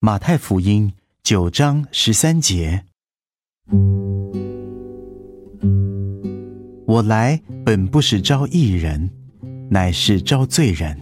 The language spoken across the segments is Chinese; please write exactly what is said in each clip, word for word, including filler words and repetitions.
马太福音九章十三节，我来本不是招义人，乃是招罪人。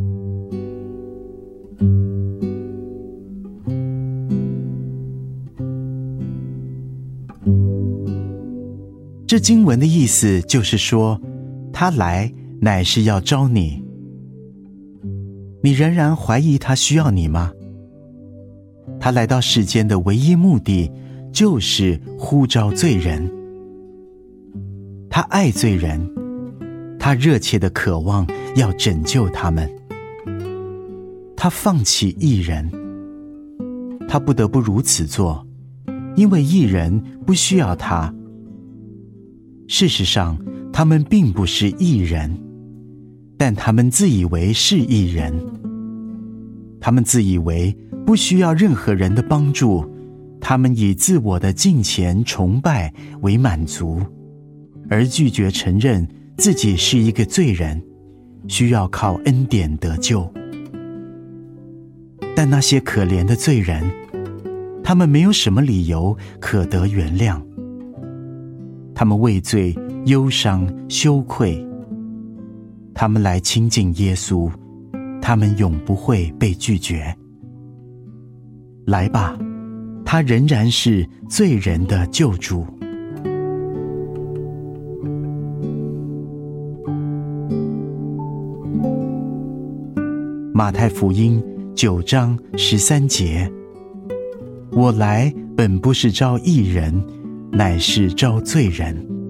这经文的意思就是说，他来乃是要招你。你仍然怀疑他需要你吗？他来到世间的唯一目的就是呼召罪人。他爱罪人，他热切的渴望要拯救他们。他放弃义人，他不得不如此做，因为义人不需要他。事实上，他们并不是义人，但他们自以为是义人。他们自以为不需要任何人的帮助，他们以自我的敬虔崇拜为满足，而拒绝承认自己是一个罪人，需要靠恩典得救。但那些可怜的罪人，他们没有什么理由可得原谅。他们为罪忧伤羞愧，他们来亲近耶稣，他们永不会被拒绝。来吧，他仍然是罪人的救主。马太福音九章十三节，我来本不是招义人，乃是招罪人。